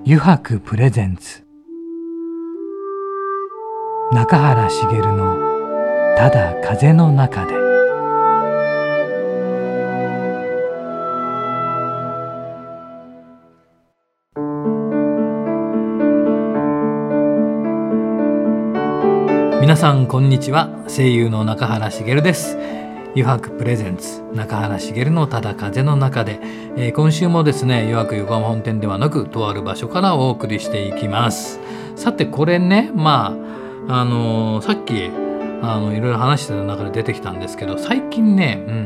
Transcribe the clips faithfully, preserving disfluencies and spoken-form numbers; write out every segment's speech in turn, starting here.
油白プレゼンツ中原茂のただ風の中で。皆さんこんにちは。声優の中原茂です。油白プレゼンツ中原茂のただ風の中で、えー、今週もですね、油白横浜本店ではなくとある場所からお送りしていきます。さてこれね、まああのー、さっきあのいろいろ話してた中で出てきたんですけど、最近ね、うん、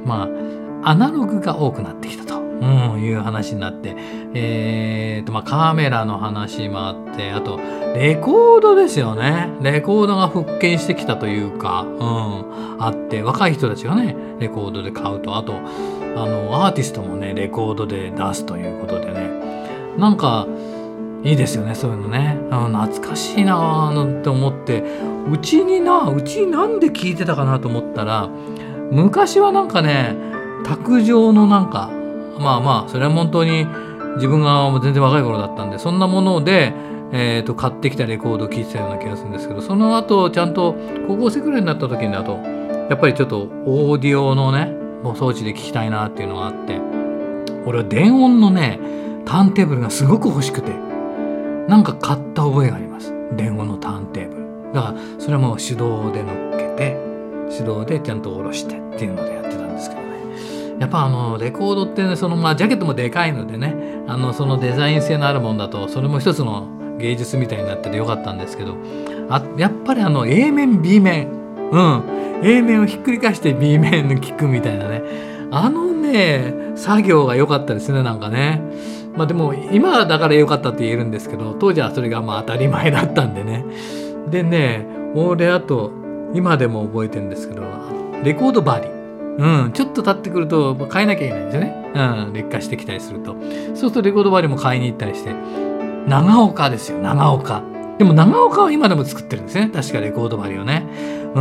まあアナログが多くなってきたと、うん、いう話になって、えーとまあ、カメラの話もあって、あとレコードですよね。レコードが復権してきたというか、うん、あって、若い人たちがねレコードで買うと、あとあのアーティストもねレコードで出すということでね、なんかいいですよね、そういうのね。懐かしいなーなんて思って、うちになうちになんで聞いてたかなと思ったら、昔はなんかね卓上のなんかまあまあそれは本当に自分が全然若い頃だったんで、そんなもので、えー、と買ってきたレコードを聴いてたような気がするんですけど、その後ちゃんと高校生くらいになった時にだとやっぱりちょっとオーディオのねもう装置で聴きたいなっていうのがあって、俺は電音のねターンテーブルがすごく欲しくて、なんか買った覚えがあります。電音のターンテーブルだから、それはもう手動で乗っけて手動でちゃんと下ろしてっていうのでやってたんですけどね。やっぱあのレコードってね、そのまあジャケットもでかいのでね、あのそのデザイン性のあるもんだとそれも一つの芸術みたいになっててよかったんですけど、あやっぱりあの A 面 B 面、うん A 面をひっくり返して B 面に聞くみたいなね、あのね作業が良かったですね、なんかね。まあでも今だから良かったって言えるんですけど、当時はそれがまあ当たり前だったんでね。でね、俺あと今でも覚えてるんですけど、レコード針、うん、ちょっと経ってくると買えなきゃいけないんですよね、うん、劣化してきたりすると。そうするとレコード針も買いに行ったりして、長岡ですよ、長岡。でも長岡は今でも作ってるんですね、確かレコード針をね。うん、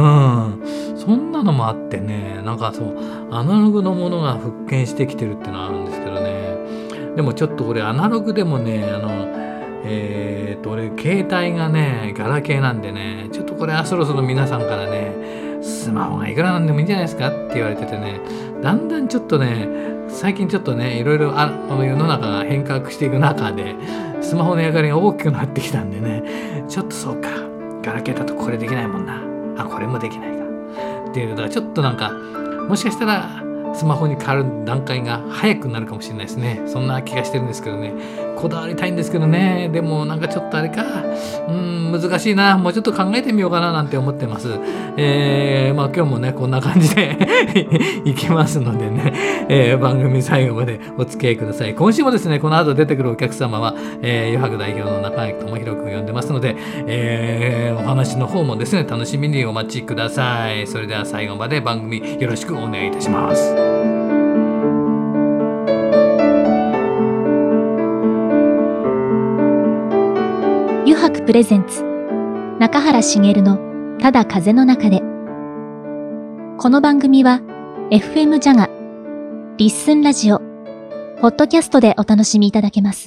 そんなのもあってね、なんかそうアナログのものが復権してきてるっていうのはあるんですけどね。でもちょっと俺アナログでもね、あのえー、っと俺携帯がねガラケーなんでね、ちょっとこれはそろそろ皆さんからね、スマホがいくらなんでもいいんじゃないですかって言われててね、だんだんちょっとね最近ちょっとねいろいろあこの世の中が変革していく中で、スマホの役割が大きくなってきたんでね、ちょっとそうか、ガラケーだとこれできないもんな、あこれもできないかっていうのはちょっとなんかもしかしたらスマホに変わる段階が早くなるかもしれないですね。そんな気がしてるんですけどね。こだわりたいんですけどね。でもなんかちょっとあれか、うーん難しいな。もうちょっと考えてみようかななんて思ってます。えー、まあ今日もねこんな感じでいきますのでね、えー、番組最後までお付き合いください。今週もですねこの後出てくるお客様は、えー、油白代表の中垣智弘君を呼んでますので、えー、お話の方もですね楽しみにお待ちください。それでは最後まで番組よろしくお願いいたします。 油白プレゼンツ中原茂のただ風の中で。この番組は エフエム ジャガ、リッスンラジオ、ポッドキャストでお楽しみいただけます。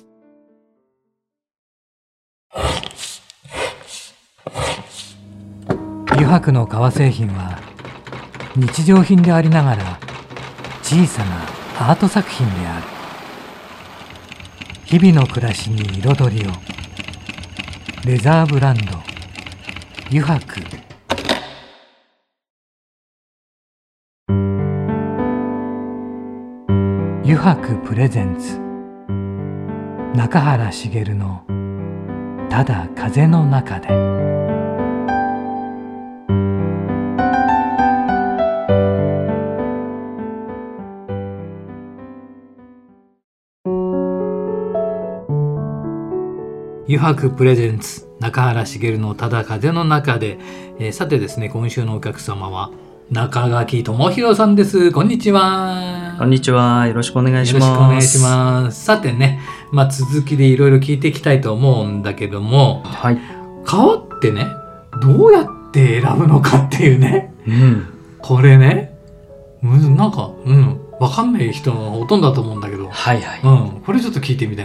油白の革製品は日常品でありながら小さなアート作品である。日々の暮らしに彩りを。レザーブランド油白。油白プレゼンツ中原茂のただ風の中で。油白プレゼンツ中原茂のただ風の中で、えー、さてですね、今週のお客様は中垣智弘さんです。こんにちは。 こんにちは。よろしくお願いします。 よろしくお願いします。さてね、まあ、続きでいろいろ聞いていきたいと思うんだけども、はい、革ってねどうやって選ぶのかっていうね、うん、これねなんか、うん、分かんない人がほとんどだと思うんだけど、はいはい、うん、これちょっと聞いてみたいなと思って。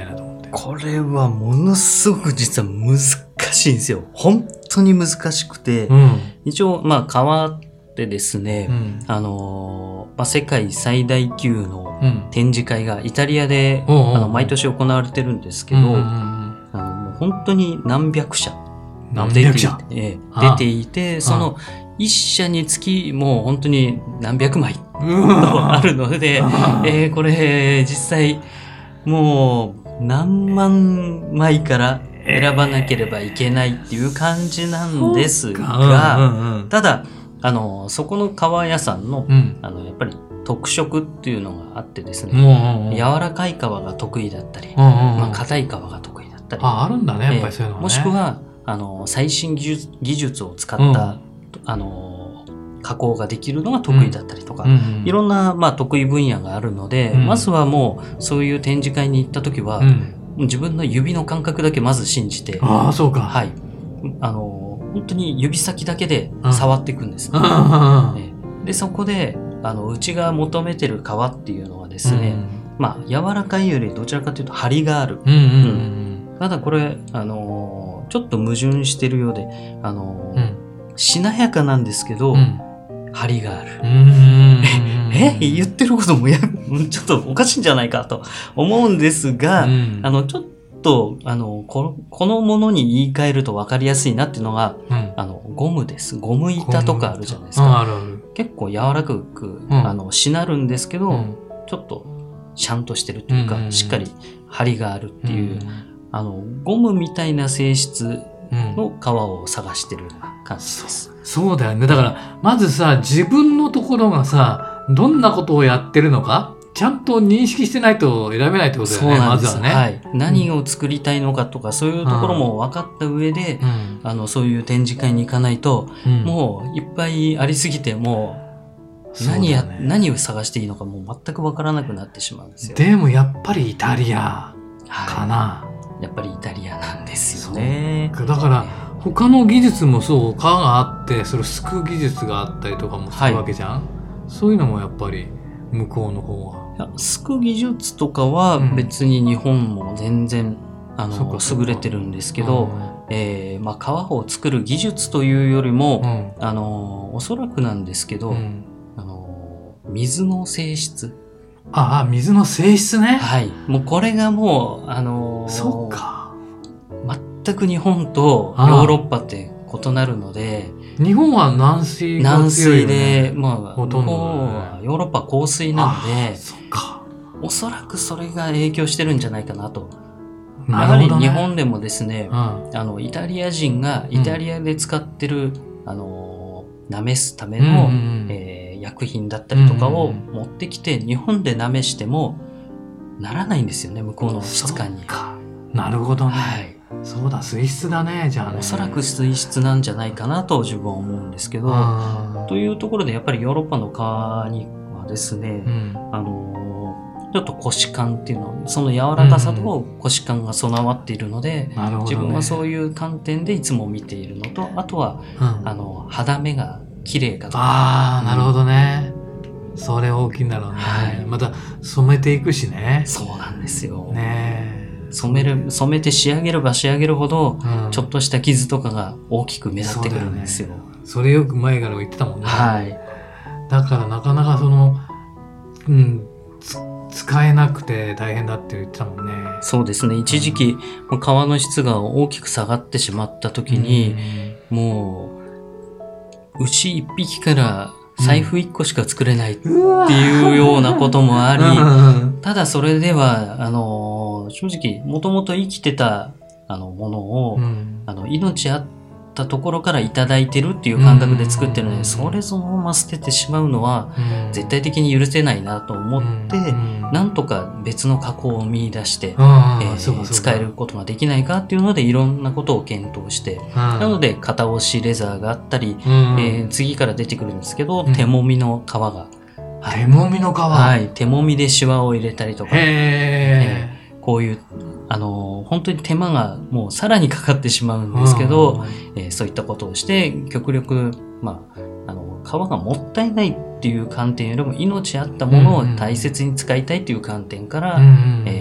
これはものすごく実は難しいんですよ。本当に難しくて、 うん、 一応まあ川ってですね、 うん、 あのーまあ、世界最大級のうん展示会がイタリアで、 おうおうおうあの毎年行われてるんですけど、 うんうんうんあのもう本当に何百社何百社出ていて、ええああ出ていて、その一社につきもう本当に何百枚うわあるので、 あえーこれ実際もう何万枚から選ばなければいけないっていう感じなんですが、 うんうんただあのそこの革屋さんの、 うんあのやっぱり特色っていうのがあってですね、 うんうん柔らかい革が得意だったり、 うんうんうんまあ、硬い革が得意だったり、 ああるんだねやっぱりそういうのはね、 もしくはあの最新技術、技術を使った、 うんあの加工ができるのが得意だったりとか、 うんうんいろんな、まあ、得意分野があるので、 うんまずはもうそういう展示会に行った時は、 うん自分の指の感覚だけまず信じて、 ああそうか、 はい、あの本当に指先だけでうん触っていくんです、 うんうんうんえでそこであのうちが求めてる革っていうのはですね、まあ柔らかいよりどちらかというと張りがある。 うんうんうんただこれ、あのちょっと矛盾してるようで、あのうんしなやかなんですけど、 うん張りがある。 うんうんうんえ言ってることもやちょっとおかしいんじゃないかと思うんですが、 うんあのちょっとあのここのものに言い換えると分かりやすいなっていうのがうんあのゴムです。ゴム板とかあるじゃないですうんか。 あるある結構柔らかく、 んあのしなるんですけど、 うんちょっとシャンとしてるというか、 うんうんうんしっかり張りがあるっていう、 んあのゴムみたいな性質うんの革を探してるような感じです。 そうだよね。だから、まずさ、自分のところがさ、どんなことをやってるのか、ちゃんと認識してないと選べないってことだよね、 そうなんです。 まずはね。 はい。何を作りたいのかとか、そういうところも分かった上で、 うんあの、そういう展示会に行かないと、 うんもういっぱいありすぎて、もうそうだ何や、 ね何を探していいのかもう全く分からなくなってしまうんですよ。 でもやっぱりイタリアかはな。 い。やっぱりイタリアなんですよね。 だから、他の技術もそう、革があって、それをすくう技術があったりとかもするわけじゃん、そういうのもやっぱり向こうの方が。 いやすく技術とかはうん別に日本も全然、あのそっかそっか優れてるんですけど、えーまあ、革を作る技術というよりも、 うんあのおそらくなんですけど、 うんあの水の性質、 ああ、水の性質ね。 はい、もうこれがもう、あのそうか。 全く日本とヨーロッパって異なるので、 日本は軟水が軟強いよ水で、 ね。 まあ、 ほとんど向こうはヨーロッパは硬水なのあで、 そっか。 おそらくそれが影響してるんじゃないかなと。 なるほどね。 やはり日本でもですね、 うん。 あのイタリア人がイタリアで使ってる、あのなめすための、 うんうんうんえー薬品だったりとかをうんうん持ってきて、日本でなめしてもならないんですよね、向こうの質感にそう。か。なるほどね。 はい、 そうだ、水質だね、じゃあね。 おそらく水質なんじゃないかなと自分は思うんですけど、 うんというところでやっぱりヨーロッパの革にはですね、 うん。 あのちょっとコシ感っていうの、その柔らかさとコシ感が備わっているので、 なるほどね。 自分はそういう観点でいつも見ているのと、あとはうん。 あの肌目が綺麗かとか、 ああ、なるほどね。それ大きいんだろうね。 はいまた染めていくしね。 そうなんですよ。 ねえ。 染める染めて仕上げれば仕上げるほど、 うんちょっとした傷とかが大きく目立ってくるんですよ。 それよく前から言ってたもんね。 はい。 だからなかなかその、うん、つ使えなくて大変だって言ってたもんね。 そうですね。一時期、もう皮の質が大きく下がってしまった時に、もう牛一匹から財布一個しか作れないってうん、っていうようなこともあり、 うんただそれでは、あの、正直、もともと生きてた、あの、ものを、 うんあの、命あったところからいただいてるっていう感覚で作ってるので、 うんそれそのまま捨ててしまうのは、 うん絶対的に許せないなと思って、 うんなんとか別の加工を見出して、 うんえーそうかそうか使えることができないかっていうので、いろんなことを検討して、なので、型押しレザーがあったり、 うんえー次から出てくるんですけど、 うん手もみの皮が、はい手もみの皮。 はい、手もみでシワを入れたりとか、 へこういう、あのー本当に手間がもうさらにかかってしまうんえ。 ですけど、 うんえーそういったことをして、極力、まあ、あの、皮がもったいないっていう観点よりも、命あったものを大切に使いたいという観点から、 うんうんえー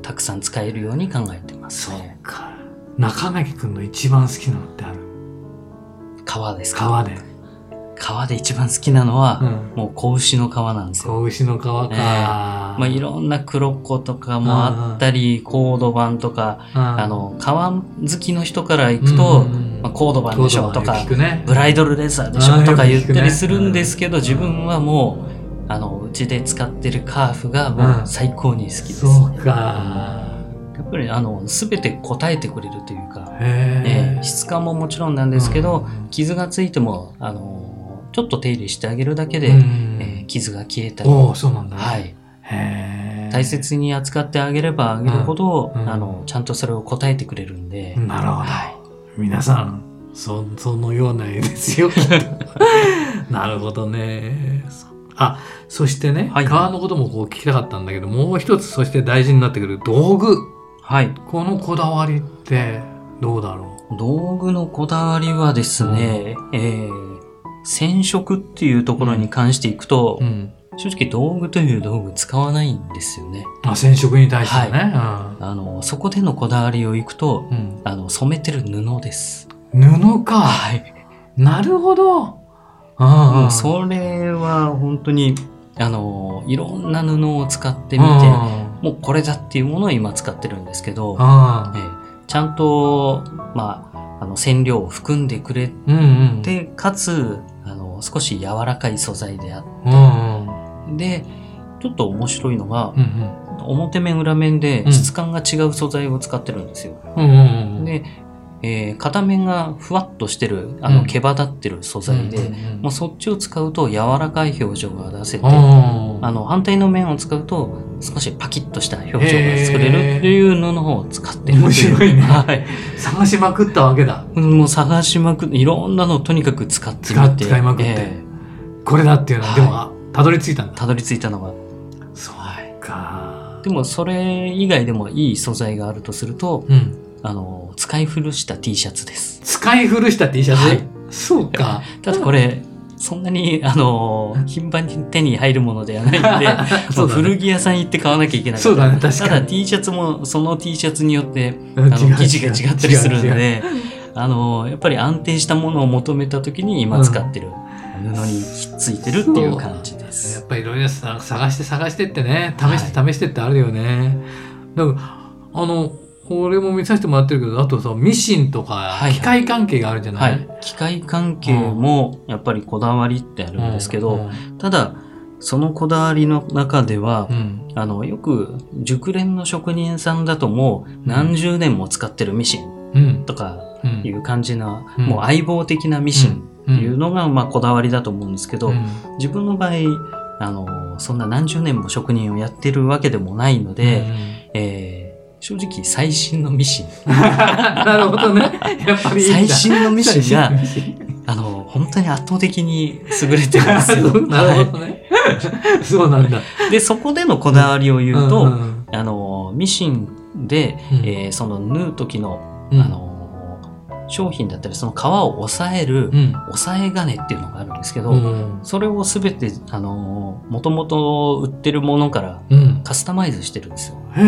たくさん使えるように考えてますね。 そうか。中垣くんの一番好きなのってある？ 革ですか？ 革で。 革で一番好きなのは、 うん、 もう子牛の革なんですよ。 子牛の革か。 えーまあ、いろんな黒子とかもあったり、コードバンとか、あの、革好きの人から行くと、まあ、コードバンでしょとか、 ね、 ブライドルレザーでしょとか言ったりするんですけど、自分はもう、あの、うちで使ってるカーフがもう最高に好きです。 うん、そうか。 やっぱりあの全て応えてくれるというか、 えー、質感ももちろんなんですけど、うん、傷がついてもあのちょっと手入れしてあげるだけで、うんえー、傷が消えたり、 おそうなんだね、 はい、 へ大切に扱ってあげればあげるほど、うん、あのちゃんとそれを応えてくれるんで。 なるほど、はい、皆さん そ, そのような絵ですよなるほどね。あ、そしてね、はい、革のこともこう聞きたかったんだけど、もう一つそして大事になってくる道具。はい。このこだわりってどうだろう？道具のこだわりはですね、うん、えー、染色っていうところに関していくと、うん、正直道具という道具使わないんですよね。 あ、染色に対してね。はい、 うん、あのそこでのこだわりをいくと、うん、あの染めてる布です。 布か。 はい。 なるほど。 あもうそれは本当にあのいろんな布を使ってみて、もうこれだっていうものを今使ってるんですけど、あえちゃんと、まあ、あの染料を含んでくれて、うんうん、かつあの少し柔らかい素材であって、うんうん、でちょっと面白いのが、うんうん、表面裏面で質感が違う素材を使ってるんですよ。うんうんうん、でえー、片面がふわっとしてるあの毛羽立ってる素材で、うん、もうそっちを使うと柔らかい表情が出せて、あの反対の面を使うと少しパキッとした表情が作れるっていう布を使ってる。 面白いね、はい、探しまくったわけだ。 もう探しまくっていろんなのをとにかく使ってみて使いまくって、えー、これだっていうのは、はい、でもたどり着いたんだ。 たどり着いたのがそうか、 はい、でもそれ以外でもいい素材があるとすると、うんあの使い古した T シャツです。 使い古した T シャツ、はい、そうか。 ただこれそんなにあの頻繁に手に入るものではないのでそう、ね、古着屋さん行って買わなきゃいけない。 そうだね、確かに。 ただ T シャツもその T シャツによってあの生地が違ったりするんで、あのやっぱり安定したものを求めた時に今使ってる布にひっついてるっていう感じです。 やっぱりいろいろ探して探してってね、試して試してってあるよね。はい、だからあのこれも見させてもらってるけど、あとさミシンとか機械関係があるじゃない、はいはい、 機械関係もやっぱりこだわりってあるんですけど、うんうん、ただそのこだわりの中では、うん、あのよく熟練の職人さんだともう何十年も使ってるミシンとかいう感じな、うん、もう相棒的なミシンっていうのがまあこだわりだと思うんですけど、うん、自分の場合あのそんな何十年も職人をやってるわけでもないので、うんえー正直最新のミシンなるほどね。やっぱりいいんだ。 最新のミシンがあの本当に圧倒的に優れてるんですよ。 なるほどね。そうなんだ。 でそこでのこだわりを言うと、うんうん、あのミシンで、うんえー、その縫う時の、うん、あの商品だったりその皮を押さえる、うん、押さえ金っていうのがあるんですけど、うん、それをすべてあの元々売ってるものからカスタマイズしてるんですよ。うん、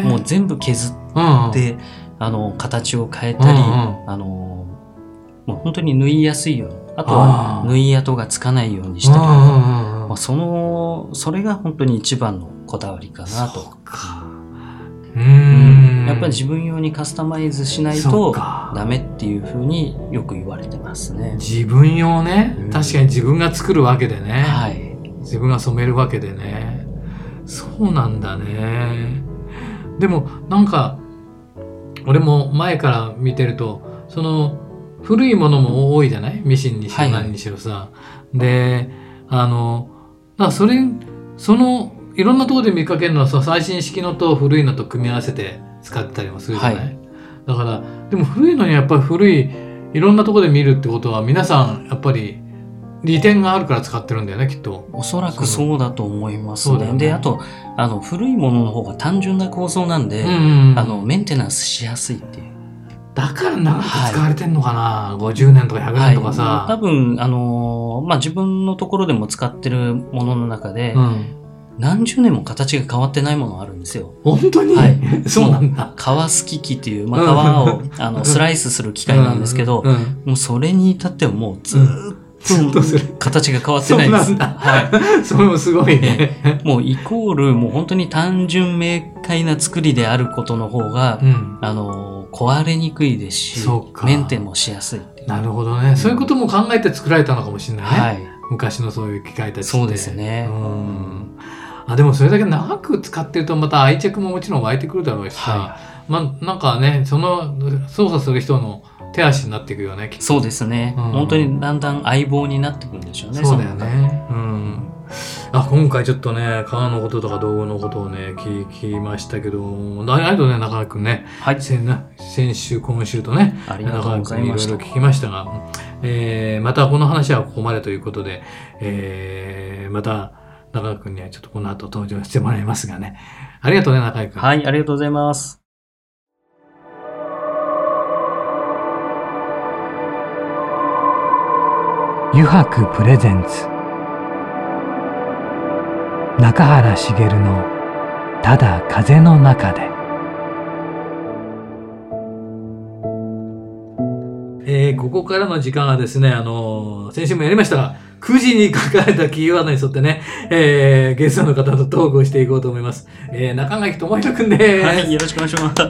もう全部削って、うん、あの形を変えたり、うん、あのもう本当に縫いやすいように、あとは縫い跡がつかないようにしたり、まあ、そのそれが本当に一番のこだわりかなと。そうか。うーんやっぱり自分用にカスタマイズしないとダメっていう風によく言われてますね。 自分用ね、うん、確かに自分が作るわけでね、はい、自分が染めるわけでね。そうなんだね。でもなんか俺も前から見てるとその古いものも多いじゃない、ミシンにしろ何にしろさ、はい、であのだからそれそのいろんなところで見かけるのはさ、最新式のと古いのと組み合わせて使ってたりもするじゃない、はい、だからでも古いのにやっぱり古いいろんなところで見るってことは皆さんやっぱり利点があるから使ってるんだよね、きっと。 おそらくそうだと思いますね。で、あとあの古いものの方が単純な構造なんで、うんうんうん、あのメンテナンスしやすいっていう。 だから長く使われてんのかな、はい、ごじゅうねんとかひゃくねんとかさ、 はい、多分あのー、まあ自分のところでも使ってるものの中で、うん、 何十年も形が変わってないものあるんですよ。 本当に、はい、そうなんだ。 皮すき機っていう、まあ、皮をあのスライスする機械なんですけど、うんうんうん、もうそれに至ってはもうずっと形が変わってないです。そうなんだ。はい。それもすごいね。もうイコール、もう本当に単純明快な作りであることの方が、うん、あの、壊れにくいですし、メンテもしやすい。 なるほどね。そういうことも考えて作られたのかもしれないね。はい。昔のそういう機械たちって。 そうですね。 うん。あ、でもそれだけ長く使ってるとまた愛着ももちろん湧いてくるだろうしさ、はい、まあなんかね、その操作する人の手足になっていくよね、きっと。 そうですね、うん、本当にだんだん相棒になってくるんでしょうね。 そうだよね。うん。あ、今回ちょっとね、川のこととか道具のことをね、聞きましたけど、ありがとうね、中川くんね。はい。先, 先週、今週とね、 ありがとうございました。 中川くんいろいろ聞きましたが、えー、またこの話はここまでということで、えー、また中川くんにはちょっとこの後登場してもらいますがね。ありがとうね、中川くん。 はい、ありがとうございます。 油白プレゼンツ中原茂のただ風の中で、えー、ここからの時間はですね、あのー、先週もやりましたがくじに書かれたキーワードに沿ってね、えー、ゲストの方とトークをしていこうと思います。えー、中垣智弘くんです。 はい、よろしくお願いします。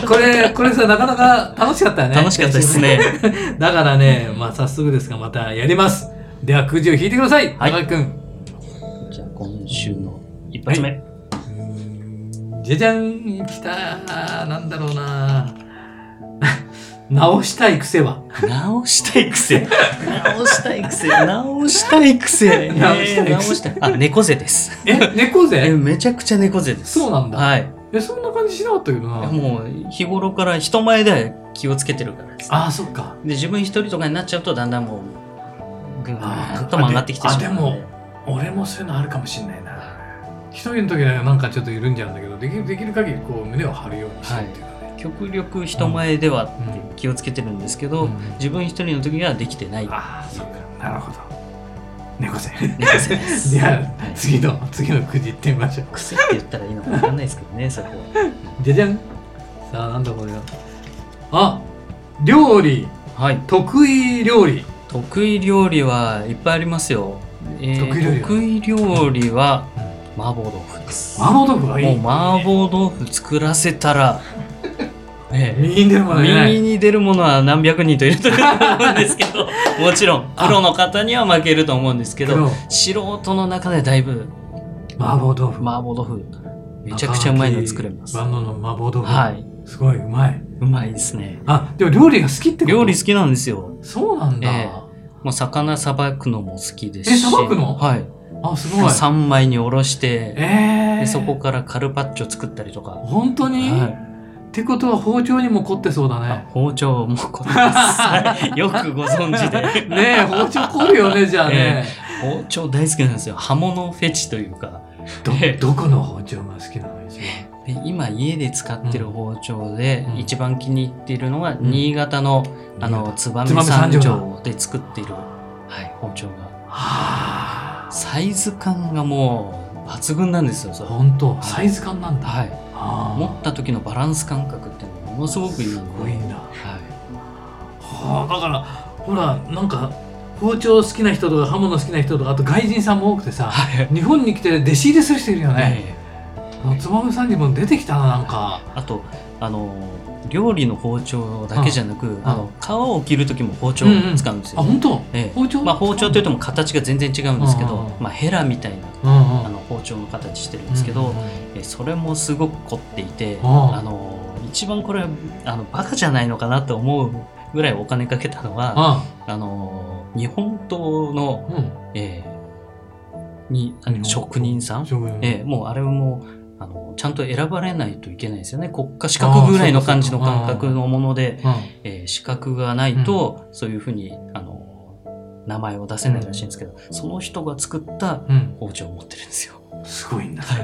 これ、これさ、なかなか楽しかったよね。 楽しかったですね。 だからね、まあ早速ですが、またやります。では、くじを引いてください。はい、中垣くん。 じゃあ、今週の一発目。はい、 じゃじゃん、きた。なんだろうな。直したい癖は直したい癖直したい癖直したい癖直したい癖、直したい。あ、猫背です。 え、猫背？ え、めちゃくちゃ猫背です。 そうなんだ。 はい。 え、そんな感じしなかったけどな。 もう、日頃から人前では気をつけてるからです、ね。 ああ、そっか。 で、自分一人とかになっちゃうと、だんだんもう、ぐーっと上がってきてしまう。 あ、でも、俺もそういうのあるかもしれないな。一人の時はなんかちょっと緩んじゃうんだけど、できる、できる限りこう胸を張るようにしてっていうかね。はい、極力人前では気をつけてるんですけど、うんうん、自分一人の時にはできてない。 ああ、そうか。なるほど。猫背。 猫背です。 じゃあ、次の、次のくじいってみましょう。 癖って言ったらいいのか分かんないですけどね、そこは。 じゃじゃん。さあ、なんだこれは。あ、料理。はい。得意料理。 得意料理はいっぱいありますよ。えー、得意料理は、得意料理は麻婆豆腐です。 麻婆豆腐はいい、ね、 もう麻婆豆腐作らせたら、 ね、右に出るものは右に出るものは何百人といると思うんですけど、もちろんプロの方には負けると思うんですけど、素人の中でだいぶ麻婆豆腐麻婆豆腐めちゃくちゃうまいの作れます。 万能の麻婆豆腐、 はい、 すごいうまい。 うまいですね。 あ、でも料理が好きってこと？ 料理好きなんですよ。 そうなんだ。えー、 まあ、魚さばくのも好きですし。 え、さばくの？ はい。 あ、すごい。 三枚におろして、 えー、 でそこからカルパッチョ作ったりとか。 本当に？はい。ってことは包丁にも凝ってそうだね。 包丁も凝ってます。よくご存知で。 ねえ、包丁凝るよね、じゃあね、 えー。包丁大好きなんですよ。刃物フェチというか。 ど、どこの包丁が好きなの？一番。 で今家で使ってる包丁で一番気に入っているのは、うん、新潟の、うん、あの燕三条で作っている、はい、包丁が。はあ、サイズ感がもう抜群なんですよ。 本当、サイズ感なんだ。 はい。持った時のバランス感覚っていうのがものすごくいい。すごいんだ。はい。はあ、だからほらなんか包丁好きな人とか刃物好きな人とかあと外人さんも多くてさ、はい、日本に来て弟子入りする人いるよね。燕三条も出てきたな、なんか。 あとあの料理の包丁だけじゃなく、うん、あの皮を切る時も包丁を使うんですよ。 うんうん、あ、本当？ ええ、包丁？まあ包丁といっても形が全然違うんですけど、うんうん、まあヘラみたいな、うんうん、あの包丁の形してるんですけど、うんうん、えそれもすごく凝っていて、うん、あの一番これあのバカじゃないのかなと思うぐらいお金かけたのは、うん、あの日本刀の、うん、えー、に職人さん、えー、もうあれもあのちゃんと選ばれないといけないですよね。国家資格ぐらいの感じの感覚のもので、えー、資格がないと、うん、そういうふうにあの名前を出せないらしいんですけど、うん、その人が作った包丁を持ってるんですよ。 うん、すごいんだ。 はい、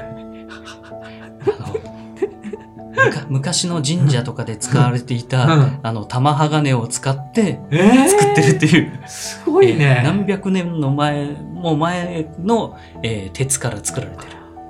あの昔の神社とかで使われていた、うん、あの玉鋼を使って作ってるっていう、 えー、すごいね、 えー、何百年の前も前の、えー、鉄から作られてる。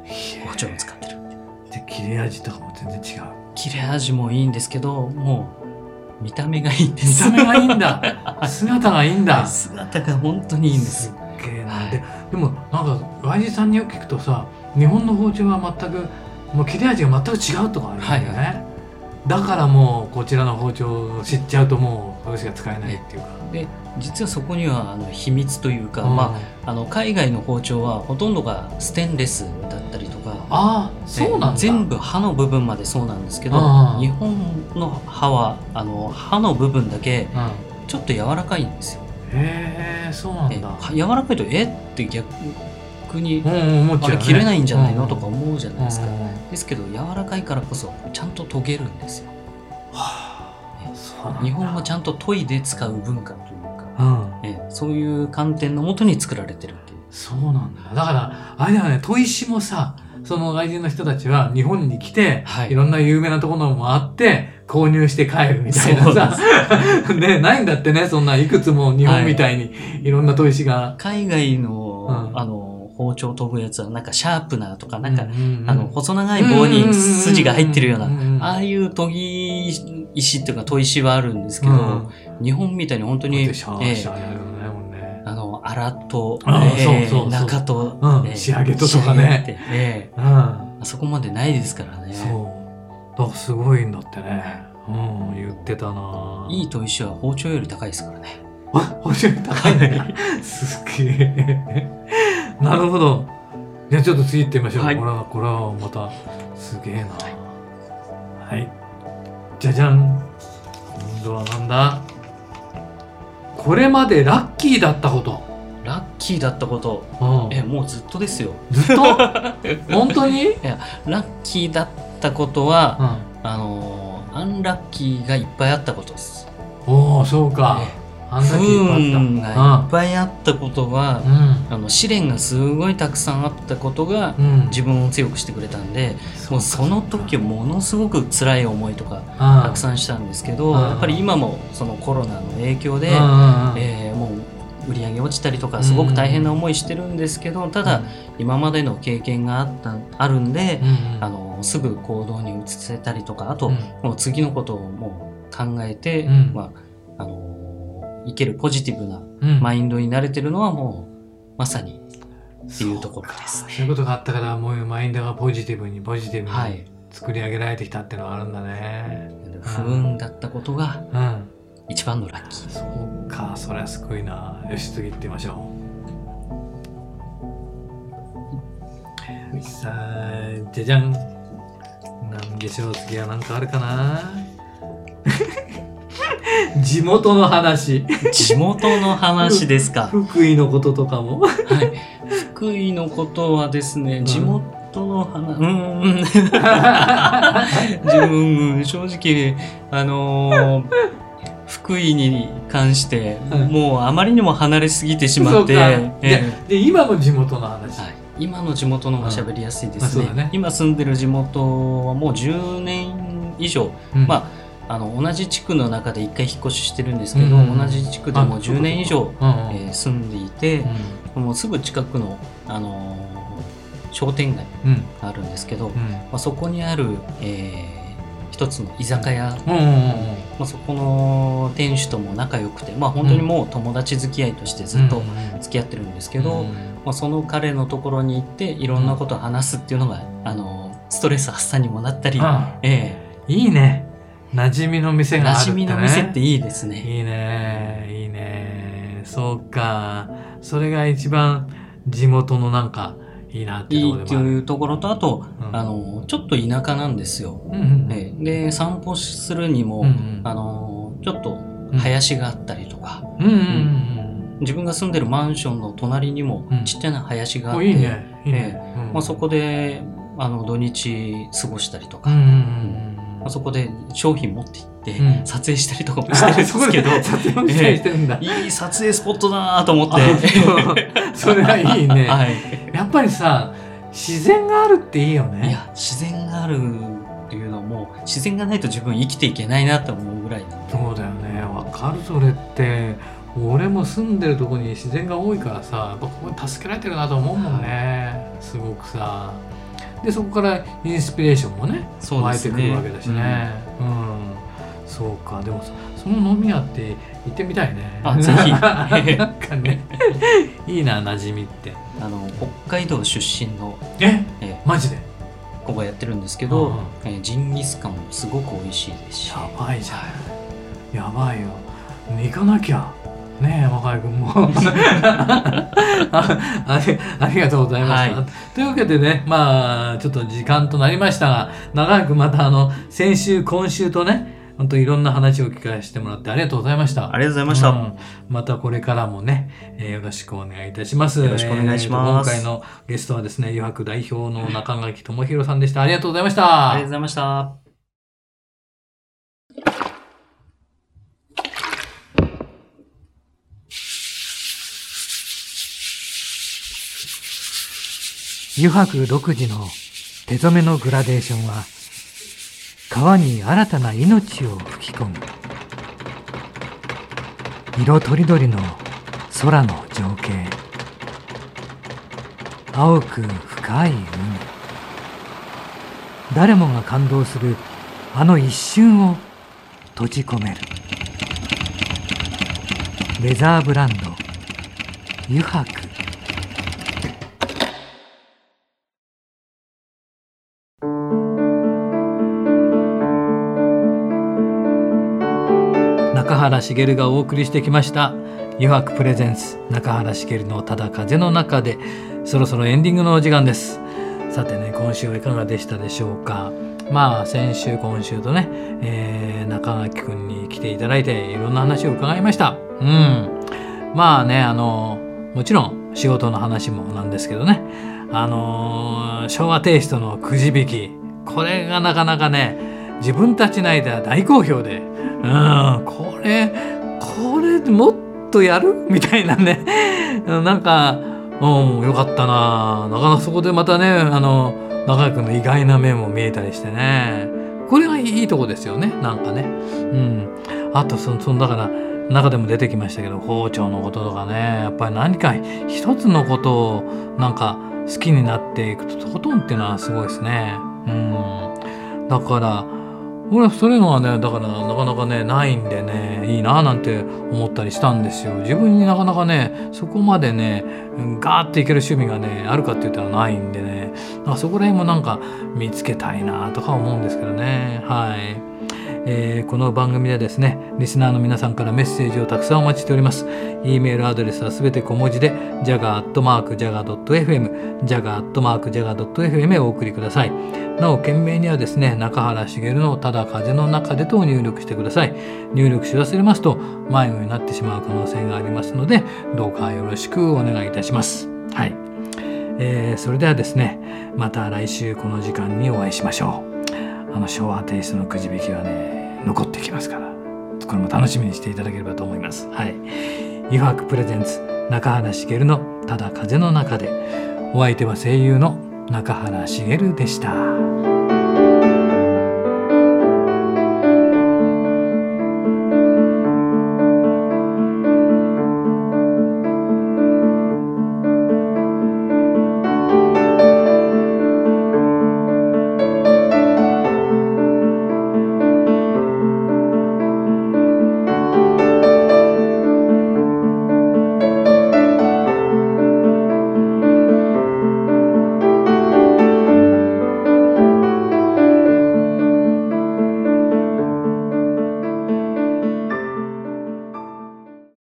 包丁を使ってる。 で切れ味とかも全然違う。 切れ味もいいんですけど、もう見た目がいいんです。 見た目がいいんだ。姿がいいんだ。 姿が本当にいいんです。 すっげえな。で、でもなんか ワイジー さんによく聞くとさ、日本の包丁は全くもう切れ味が全く違うとかあるんだよね。はいはい、だからもうこちらの包丁を知っちゃうともうそれしか使えないっていうか。 で実はそこにはあの秘密というか、うん、まあ、あの海外の包丁はほとんどがステンレスだったりとか、 あそうなんだ、 全部刃の部分までそうなんですけど、日本の刃はあの刃の部分だけちょっと柔らかいんですよ。 へえ、そうなんだ。 柔らかいとえって逆に、 うん、思っちゃうね、 あれ切れないんじゃないの、うん、とか思うじゃないですか、うん、ですけど柔らかいからこそちゃんと研げるんですよ。はあ、そうなんだ。日本はちゃんと研いで使う文化というか、うん、えそういう観点のもとに作られてるっていう。 そうなんだ。だからあれだよね、砥石もさ、その外人の人たちは日本に来て、はい、いろんな有名なところもあって購入して帰るみたいなさね、ないんだってね、そんないくつも日本みたいにいろんな砥石が、はい、 海外の、うん、あの包丁研ぐやつはなんかシャープナーとかなんか、うんうんうん、あの細長い棒に筋が入ってるような、うんうんうん、ああいう研ぎ石っていうか砥石はあるんですけど、うん、日本みたいに本当に、えー、あの粗と、えー、そうそうそう、中と、 うんえー、仕上げととかね、 えーうん、あそこまでないですからね。 そうだからすごいんだってね、うん、言ってたな。 いい砥石は包丁より高いですからね。 あ、包丁より高いねすげえなるほど。じゃあちょっと次行ってみましょう。はい、これはこれはまたすげえな。はい、じゃじゃん。今度はなんだ。これまでラッキーだったこと。 ラッキーだったこと、うん、えもうずっとですよ。 ずっと本当に？いやラッキーだったことは、うん、あのアンラッキーがいっぱいあったことです。 おお、そうか。え不運がいっぱいあったことは、うん、あの試練がすごいたくさんあったことが、うん、自分を強くしてくれたんで、うん、もうその時ものすごく辛い思いとかたくさんしたんですけど、やっぱり今もそのコロナの影響で、えー、もう売り上げ落ちたりとかすごく大変な思いしてるんですけど、ただ今までの経験があったあるんで、うん、あのすぐ行動に移せたりとか、あと、うん、もう次のことをもう考えて、うん、まああの生きるポジティブなマインドに慣れてるのはもうまさにっていうところですね。 そういうことがあったからもうマインドがポジティブにポジティブに作り上げられてきたっていうのがあるんだね。 不運だったことが一番のラッキー。 うん、そうか、それはすごいな。よし、次行ってみましょう。さあ、じゃじゃん。なんでしょう、次は何かあるかな地元の話。 地元の話ですか。 福井のこととかも。 はい。福井のことはですね、地元の話、うん、うん、正直あのー、福井に関して、うん、もうあまりにも離れすぎてしまって、 えー、で今の地元の話。はい、 今の地元の方が喋りやすいですね。うん、ね、今住んでる地元はもうじゅうねん以上、うん、まあ。あの同じ地区の中で一回引っ越ししてるんですけど、うんうん、同じ地区でもじゅうねん以上、うんうん、えー、住んでいて、うん、もうすぐ近くの、あのー、商店街があるんですけど、うんまあ、そこにある、えー、一つの居酒屋、うんうんうんまあ、そこの店主とも仲良くて、まあ、本当にもう友達付き合いとしてずっと付き合ってるんですけど、うんうんまあ、その彼のところに行っていろんなことを話すっていうのが、あのー、ストレス発散にもなったり、うんえー、いいね。馴染みの店があるってね。 馴染みの店っていいですね。 いいね、いいね。そうか。それが一番地元のなんかいいなっていうところでもある。いいっていうところと、あと、うん、あのちょっと田舎なんですよ。うんうんね、で散歩するにも、うんうん、あのちょっと林があったりとか、うんうんうん、自分が住んでるマンションの隣にもちっちゃな林があって、うん、いいね、いいね、えーうんまあ、そこであの土日過ごしたりとか。うんうんうんあそこで商品持って行って撮影したりとかもしてるんですけど、うん、撮影もしたりしてるんだ、えー、いい撮影スポットだなと思ってそれはいいね、はい、やっぱりさ自然があるっていいよね。 いや自然があるっていうのはもう自然がないと自分生きていけないなと思うぐらいなんで。 そうだよね、わかる。それって俺も住んでるとこに自然が多いからさ、やっぱここに助けられてるなと思うもんね、はい、すごくさ。 でそこからインスピレーションもね湧いてくるわけだしね、うん、うん、そうか。でもその飲み屋って行ってみたいね。 あ、ぜひ。なんかねいいな、馴染みって。 あの北海道出身のええマジでここやってるんですけど、えー、ジンギスカンもすごく美味しいですし。 やばいじゃん、やばいよ、行かなきゃねえ、山川君もあ, あ, りありがとうございました、はい、というわけでね、まあちょっと時間となりましたが、長くまたあの先週今週とね、本当いろんな話を聞かせてもらってありがとうございました。 ありがとうございました、うん、 またこれからもね、えー、よろしくお願いいたします。 よろしくお願いします。 えー、今回のゲストはですね、余白代表の中垣智弘さんでした。ありがとうございました。 ありがとうございました。 余白独自の手染めのグラデーションは川に新たな命を吹き込む。色とりどりの空の情景、青く深い海、誰もが感動するあの一瞬を閉じ込める。レザーブランド余白。中原茂がお送りしてきました余白プレゼンツ中原茂のただ風の中で、そろそろエンディングのお時間です。さてね、今週はいかがでしたでしょうか。まあ先週今週とね、えー、中垣くんに来ていただいていろんな話を伺いました。うん、まあね、あのもちろん仕事の話もなんですけどね、あのー、昭和テイストのくじ引き、これがなかなかね自分たち内では大好評で、うん、これこれもっとやるみたいなねなんか、うん、よかったな。なかなかそこでまたね、あの中垣君の意外な面も見えたりしてね、これがいいとこですよね、なんかね。うん、あとそのそのだから中でも出てきましたけど、包丁のこととかね、やっぱり何か一つのことをなんか好きになっていくとことんっていうのはすごいですね。うん、だから俺はそういうのはね、だからなかなかねないんでね、いいななんて思ったりしたんですよ。自分になかなかねそこまでねガーっていける趣味がねあるかって言ったらないんでね、なんかそこら辺もなんか見つけたいなとか思うんですけどね。はい、えー、この番組でですね、リスナーの皆さんからメッセージをたくさんお待ちしております。 E メールアドレスはすべて小文字で ジャガー アットマーク ジャガー ドット エフエム ジャガー アットマーク ジャガー ドット エフエム へお送りください。なお件名にはですね、中原茂のただ風の中でと入力してください。入力し忘れますと迷子になってしまう可能性がありますので、どうかよろしくお願いいたします。はい、えー、それではですね、また来週この時間にお会いしましょう。あの昭和テイストのくじ引きはね残ってきますから、これも楽しみにしていただければと思います。はい、余白プレゼンツ中原茂のただ風の中で、お相手は声優の中原茂でした。